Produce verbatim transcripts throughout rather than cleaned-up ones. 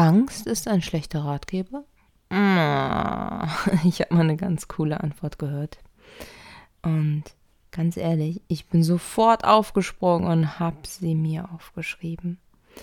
Angst ist ein schlechter Ratgeber? Ah, Ich habe mal eine ganz coole Antwort gehört. Und ganz ehrlich, ich bin sofort aufgesprungen und habe sie mir aufgeschrieben.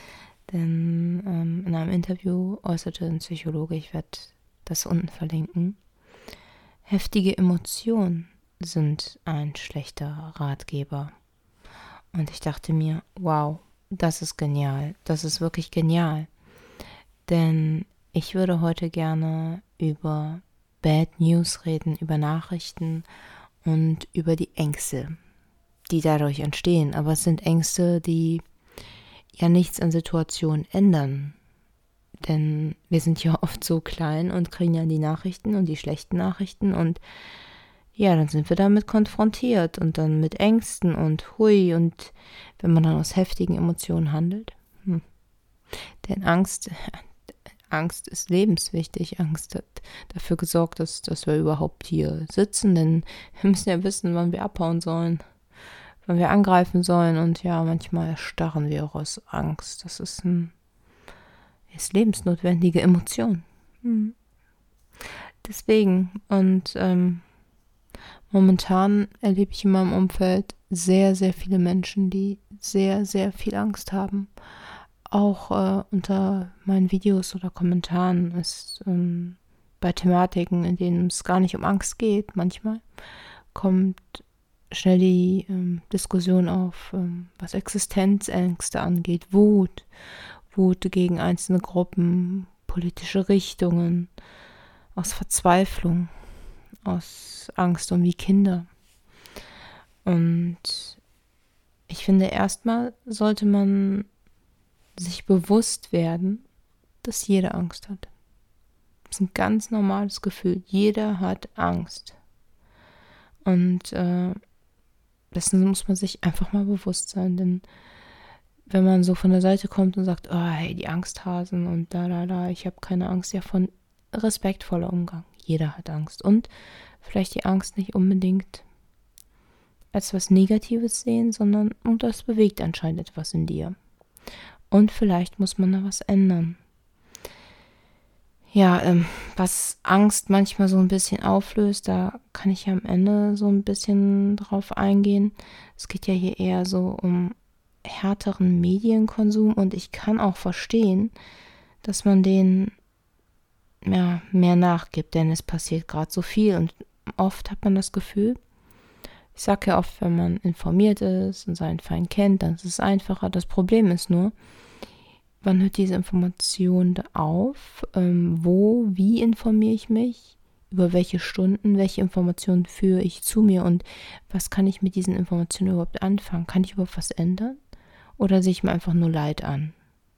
Denn ähm, in einem Interview äußerte ein Psychologe, ich werde das unten verlinken, heftige Emotionen sind ein schlechter Ratgeber. Und ich dachte mir, wow, das ist genial, das ist wirklich genial. Denn ich würde heute gerne über Bad News reden, über Nachrichten und über die Ängste, die dadurch entstehen. Aber es sind Ängste, die ja nichts an Situationen ändern. Denn wir sind ja oft so klein und kriegen ja die Nachrichten und die schlechten Nachrichten und ja, dann sind wir damit konfrontiert und dann mit Ängsten und hui und wenn man dann aus heftigen Emotionen handelt. Hm. Denn Angst, Angst ist lebenswichtig. Angst hat dafür gesorgt, dass, dass wir überhaupt hier sitzen, denn wir müssen ja wissen, wann wir abhauen sollen, wann wir angreifen sollen und ja, manchmal erstarren wir auch aus Angst. Das ist ein ist lebensnotwendige Emotion. Hm. Deswegen und ähm, momentan erlebe ich in meinem Umfeld sehr, sehr viele Menschen, die sehr, sehr viel Angst haben. Auch äh, unter meinen Videos oder Kommentaren ist ähm, bei Thematiken, in denen es gar nicht um Angst geht, manchmal kommt schnell die ähm, Diskussion auf, ähm, was Existenzängste angeht, Wut, Wut gegen einzelne Gruppen, politische Richtungen, aus Verzweiflung, aus Angst um die Kinder. Und ich finde, erstmal sollte man sich bewusst werden, dass jeder Angst hat. Das ist ein ganz normales Gefühl. Jeder hat Angst. Und äh, dessen muss man sich einfach mal bewusst sein, denn wenn man so von der Seite kommt und sagt, oh, hey, die Angsthasen und da, da, da, ich habe keine Angst, ja, von respektvoller Umgang. Jeder hat Angst. Und vielleicht die Angst nicht unbedingt als was Negatives sehen, sondern und das bewegt anscheinend etwas in dir. Und vielleicht muss man da was ändern. Ja, ähm, was Angst manchmal so ein bisschen auflöst, da kann ich ja am Ende so ein bisschen drauf eingehen. Es geht ja hier eher so um härteren Medienkonsum und ich kann auch verstehen, dass man den ja, mehr nachgibt, denn es passiert gerade so viel und oft hat man das Gefühl, ich sage ja oft, wenn man informiert ist und seinen Feind kennt, dann ist es einfacher. Das Problem ist nur, wann hört diese Information auf? Ähm, wo, wie informiere ich mich? Über welche Stunden, welche Informationen führe ich zu mir und was kann ich mit diesen Informationen überhaupt anfangen? Kann ich überhaupt was ändern? Oder sehe ich mir einfach nur Leid an?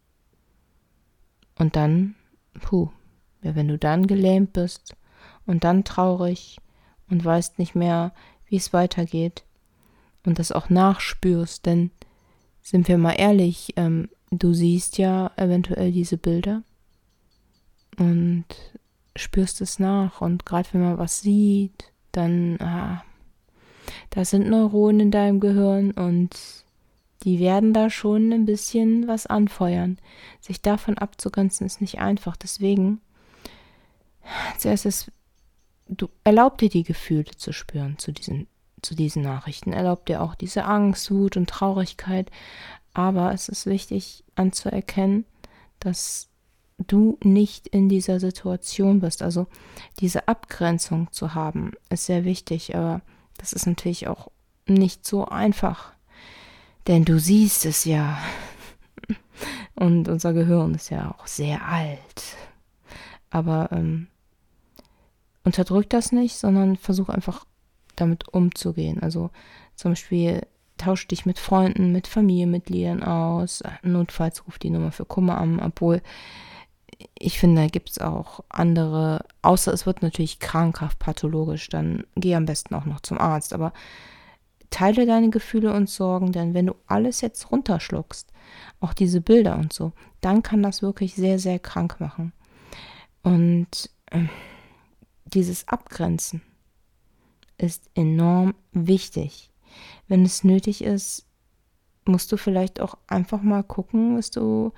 Und dann, puh, ja, wenn du dann gelähmt bist und dann traurig und weißt nicht mehr, wie es weitergeht und das auch nachspürst, denn sind wir mal ehrlich, ähm, du siehst ja eventuell diese Bilder und spürst es nach und gerade wenn man was sieht, dann, ah, da sind Neuronen in deinem Gehirn und die werden da schon ein bisschen was anfeuern. Sich davon abzugrenzen ist nicht einfach, deswegen zuerst ist, du erlaub dir die Gefühle zu spüren zu diesen, zu diesen Nachrichten, erlaub dir auch diese Angst, Wut und Traurigkeit, aber es ist wichtig anzuerkennen, dass du nicht in dieser Situation bist. Also diese Abgrenzung zu haben, ist sehr wichtig, aber das ist natürlich auch nicht so einfach, denn du siehst es ja und unser Gehirn ist ja auch sehr alt, aber ähm, unterdrück das nicht, sondern versuch einfach damit umzugehen. Also zum Beispiel tausch dich mit Freunden, mit Familienmitgliedern aus. Notfalls ruf die Nummer für Kummer an, obwohl ich finde, da gibt es auch andere, außer es wird natürlich krankhaft, pathologisch, dann geh am besten auch noch zum Arzt. Aber teile deine Gefühle und Sorgen, denn wenn du alles jetzt runterschluckst, auch diese Bilder und so, dann kann das wirklich sehr, sehr krank machen. Und äh, dieses Abgrenzen ist enorm wichtig. Wenn es nötig ist, musst du vielleicht auch einfach mal gucken, dass du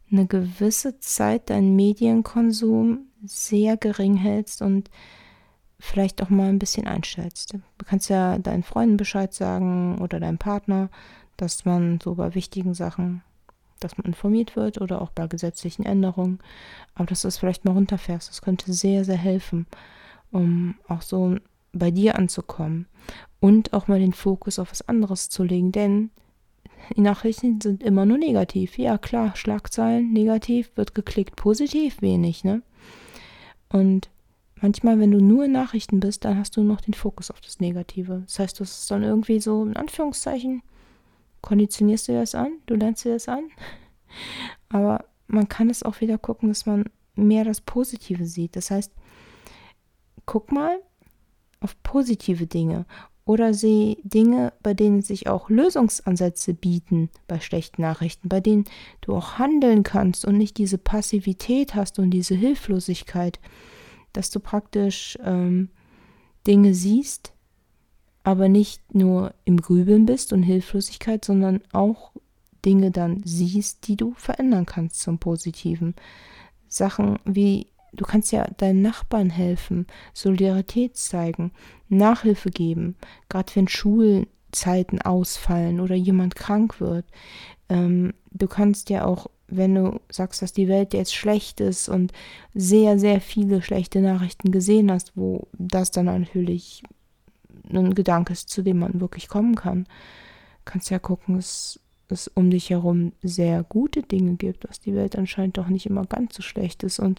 eine gewisse Zeit deinen Medienkonsum sehr gering hältst und vielleicht auch mal ein bisschen einstellst. Du kannst ja deinen Freunden Bescheid sagen oder deinem Partner, dass man so bei wichtigen Sachen, dass man informiert wird oder auch bei gesetzlichen Änderungen, aber dass du es vielleicht mal runterfährst. Das könnte sehr, sehr helfen, um auch so bei dir anzukommen und auch mal den Fokus auf was anderes zu legen, denn die Nachrichten sind immer nur negativ. Ja, klar, Schlagzeilen negativ, wird geklickt, positiv wenig, ne? Und manchmal, wenn du nur in Nachrichten bist, dann hast du noch den Fokus auf das Negative. Das heißt, du hast dann irgendwie so, in Anführungszeichen, konditionierst du dir das an, du lernst dir das an. Aber man kann es auch wieder gucken, dass man mehr das Positive sieht. Das heißt, guck mal auf positive Dinge oder sehe Dinge, bei denen sich auch Lösungsansätze bieten bei schlechten Nachrichten, bei denen du auch handeln kannst und nicht diese Passivität hast und diese Hilflosigkeit, dass du praktisch ähm, Dinge siehst, aber nicht nur im Grübeln bist und Hilflosigkeit, sondern auch Dinge dann siehst, die du verändern kannst zum Positiven. Sachen wie, du kannst ja deinen Nachbarn helfen, Solidarität zeigen, Nachhilfe geben, gerade wenn Schulzeiten ausfallen oder jemand krank wird. Ähm, du kannst ja auch, wenn du sagst, dass die Welt jetzt schlecht ist und sehr, sehr viele schlechte Nachrichten gesehen hast, wo das dann natürlich ein Gedanke ist, zu dem man wirklich kommen kann, kannst ja gucken, dass es um dich herum sehr gute Dinge gibt, dass die Welt anscheinend doch nicht immer ganz so schlecht ist und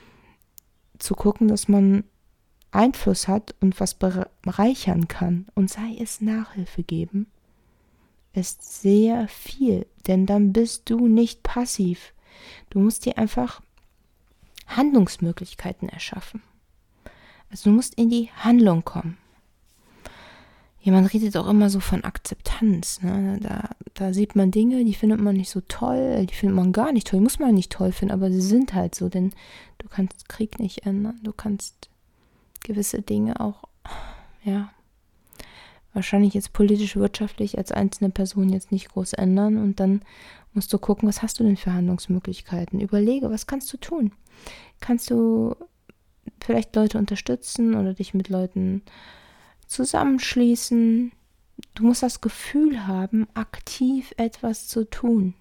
zu gucken, dass man Einfluss hat und was bereichern kann und sei es Nachhilfe geben, ist sehr viel, denn dann bist du nicht passiv. Du musst dir einfach Handlungsmöglichkeiten erschaffen. Also du musst in die Handlung kommen. Jemand redet auch immer so von Akzeptanz. Ne? Da, da sieht man Dinge, die findet man nicht so toll, die findet man gar nicht toll, die muss man nicht toll finden, aber sie sind halt so, denn du kannst Krieg nicht ändern, du kannst gewisse Dinge auch, ja, wahrscheinlich jetzt politisch, wirtschaftlich als einzelne Person jetzt nicht groß ändern und dann musst du gucken, was hast du denn für Handlungsmöglichkeiten? Überlege, was kannst du tun? Kannst du vielleicht Leute unterstützen oder dich mit Leuten zusammenschließen? Du musst das Gefühl haben, aktiv etwas zu tun.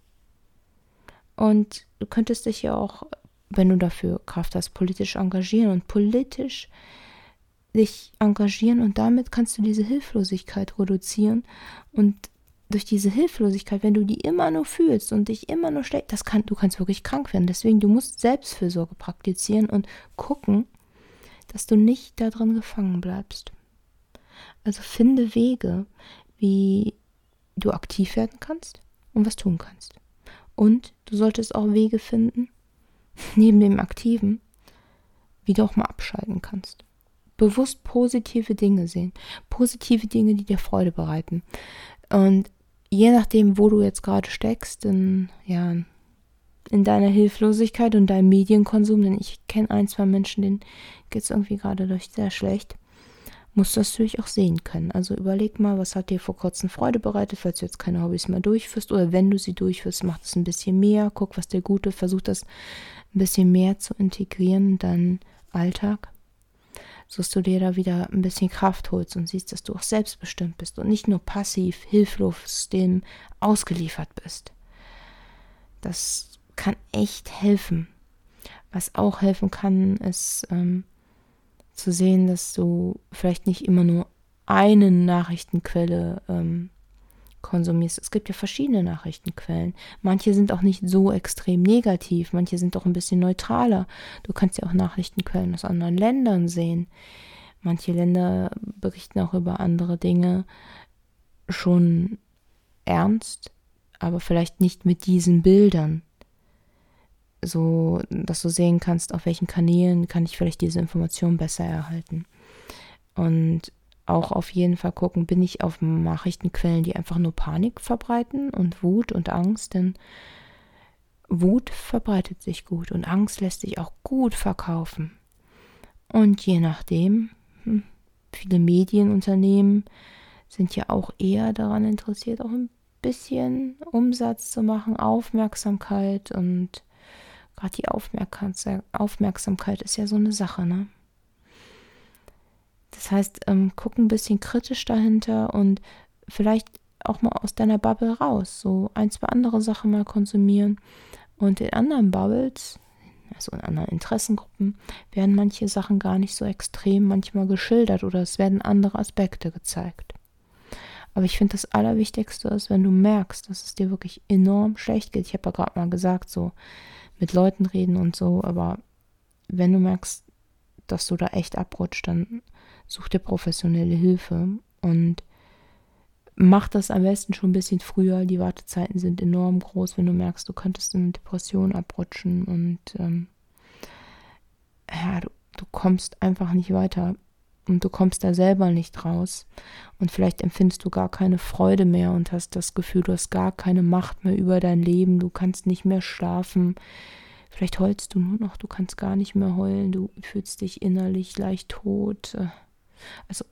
Und du könntest dich ja auch, wenn du dafür Kraft hast, politisch engagieren und politisch dich engagieren und damit kannst du diese Hilflosigkeit reduzieren und durch diese Hilflosigkeit, wenn du die immer nur fühlst und dich immer nur schlecht, das kann, du kannst wirklich krank werden. Deswegen, du musst Selbstfürsorge praktizieren und gucken, dass du nicht da drin gefangen bleibst. Also finde Wege, wie du aktiv werden kannst und was tun kannst. Und du solltest auch Wege finden, neben dem Aktiven, wie du auch mal abschalten kannst. Bewusst positive Dinge sehen. Positive Dinge, die dir Freude bereiten. Und je nachdem, wo du jetzt gerade steckst, in, ja, in deiner Hilflosigkeit und deinem Medienkonsum, denn ich kenne ein, zwei Menschen, denen geht es irgendwie gerade durch sehr schlecht, musst du das natürlich auch sehen können. Also überleg mal, was hat dir vor kurzem Freude bereitet, falls du jetzt keine Hobbys mehr durchführst oder wenn du sie durchführst, mach das ein bisschen mehr, guck, was dir gut tut, versuch das ein bisschen mehr zu integrieren in deinen Alltag, sodass du dir da wieder ein bisschen Kraft holst und siehst, dass du auch selbstbestimmt bist und nicht nur passiv, hilflos dem ausgeliefert bist. Das kann echt helfen. Was auch helfen kann, ist ähm, zu sehen, dass du vielleicht nicht immer nur eine Nachrichtenquelle ähm, konsumierst. Es gibt ja verschiedene Nachrichtenquellen. Manche sind auch nicht so extrem negativ, manche sind auch ein bisschen neutraler. Du kannst ja auch Nachrichtenquellen aus anderen Ländern sehen. Manche Länder berichten auch über andere Dinge schon ernst, aber vielleicht nicht mit diesen Bildern. So, dass du sehen kannst, auf welchen Kanälen kann ich vielleicht diese Information besser erhalten. Und auch auf jeden Fall gucken, bin ich auf Nachrichtenquellen, die einfach nur Panik verbreiten und Wut und Angst, denn Wut verbreitet sich gut und Angst lässt sich auch gut verkaufen. Und je nachdem, hm, viele Medienunternehmen sind ja auch eher daran interessiert, auch ein bisschen Umsatz zu machen, Aufmerksamkeit, und gerade die Aufmerksam- Aufmerksamkeit ist ja so eine Sache, ne? Das heißt, ähm, guck ein bisschen kritisch dahinter und vielleicht auch mal aus deiner Bubble raus, so ein, zwei andere Sachen mal konsumieren. Und in anderen Bubbles, also in anderen Interessengruppen, werden manche Sachen gar nicht so extrem manchmal geschildert oder es werden andere Aspekte gezeigt. Aber ich finde, das Allerwichtigste ist, wenn du merkst, dass es dir wirklich enorm schlecht geht. Ich habe ja gerade mal gesagt, so mit Leuten reden und so, aber wenn du merkst, dass du da echt abrutscht, dann such dir professionelle Hilfe und mach das am besten schon ein bisschen früher. Die Wartezeiten sind enorm groß, wenn du merkst, du könntest in eine Depression abrutschen und ähm, ja, du, du kommst einfach nicht weiter und du kommst da selber nicht raus und vielleicht empfindest du gar keine Freude mehr und hast das Gefühl, du hast gar keine Macht mehr über dein Leben, du kannst nicht mehr schlafen. Vielleicht heulst du nur noch, du kannst gar nicht mehr heulen, du fühlst dich innerlich leicht tot. Also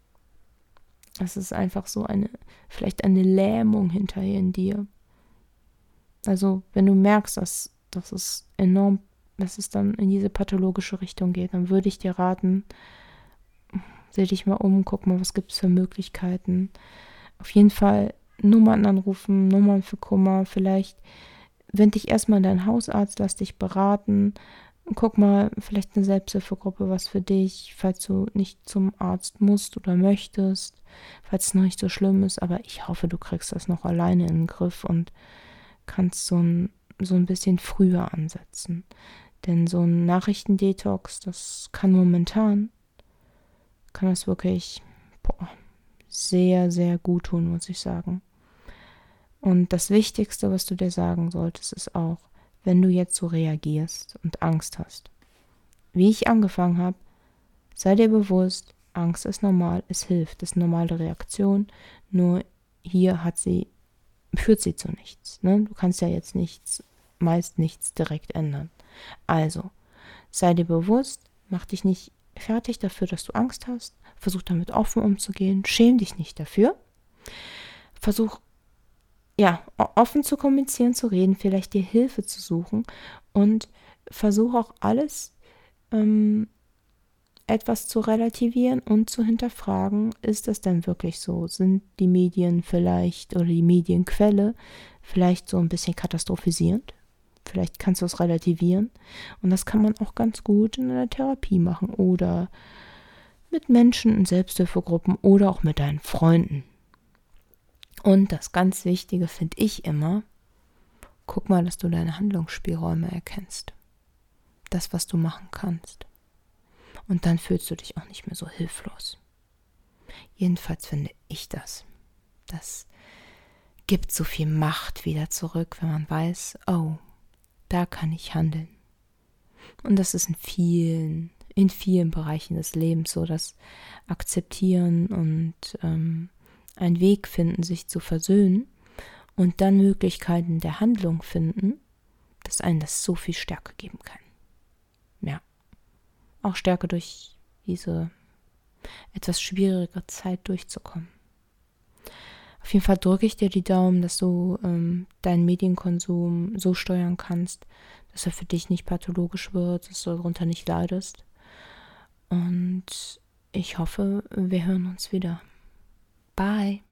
es ist einfach so eine, vielleicht eine Lähmung hinterher in dir. Also wenn du merkst, dass, dass es enorm, dass es dann in diese pathologische Richtung geht, dann würde ich dir raten, seh dich mal um, guck mal, was gibt es für Möglichkeiten. Auf jeden Fall Nummern anrufen, Nummern für Kummer, vielleicht wend dich erstmal an deinen Hausarzt, lass dich beraten. Guck mal, vielleicht eine Selbsthilfegruppe, was für dich, falls du nicht zum Arzt musst oder möchtest, falls es noch nicht so schlimm ist. Aber ich hoffe, du kriegst das noch alleine in den Griff und kannst so ein, so ein bisschen früher ansetzen. Denn so ein Nachrichtendetox, das kann momentan, kann das wirklich boah, sehr, sehr gut tun, muss ich sagen. Und das Wichtigste, was du dir sagen solltest, ist auch, wenn du jetzt so reagierst und Angst hast. Wie ich angefangen habe, sei dir bewusst, Angst ist normal, es hilft, das ist eine normale Reaktion, nur hier hat sie, führt sie zu nichts. Ne? Du kannst ja jetzt nichts, meist nichts direkt ändern. Also, sei dir bewusst, mach dich nicht fertig dafür, dass du Angst hast, versuch damit offen umzugehen, schäm dich nicht dafür, versuch ja, offen zu kommunizieren, zu reden, vielleicht dir Hilfe zu suchen und versuche auch alles ähm, etwas zu relativieren und zu hinterfragen, ist das denn wirklich so? Sind die Medien vielleicht oder die Medienquelle vielleicht so ein bisschen katastrophisierend? Vielleicht kannst du es relativieren und das kann man auch ganz gut in einer Therapie machen oder mit Menschen in Selbsthilfegruppen oder auch mit deinen Freunden. Und das ganz Wichtige finde ich immer, guck mal, dass du deine Handlungsspielräume erkennst. Das, was du machen kannst. Und dann fühlst du dich auch nicht mehr so hilflos. Jedenfalls finde ich das. Das gibt so viel Macht wieder zurück, wenn man weiß, oh, da kann ich handeln. Und das ist in vielen, in vielen Bereichen des Lebens so, das Akzeptieren und ähm, einen Weg finden, sich zu versöhnen und dann Möglichkeiten der Handlung finden, dass einem das so viel Stärke geben kann. Ja, auch Stärke durch diese etwas schwierige Zeit durchzukommen. Auf jeden Fall drücke ich dir die Daumen, dass du ähm, deinen Medienkonsum so steuern kannst, dass er für dich nicht pathologisch wird, dass du darunter nicht leidest. Und ich hoffe, wir hören uns wieder. Bye.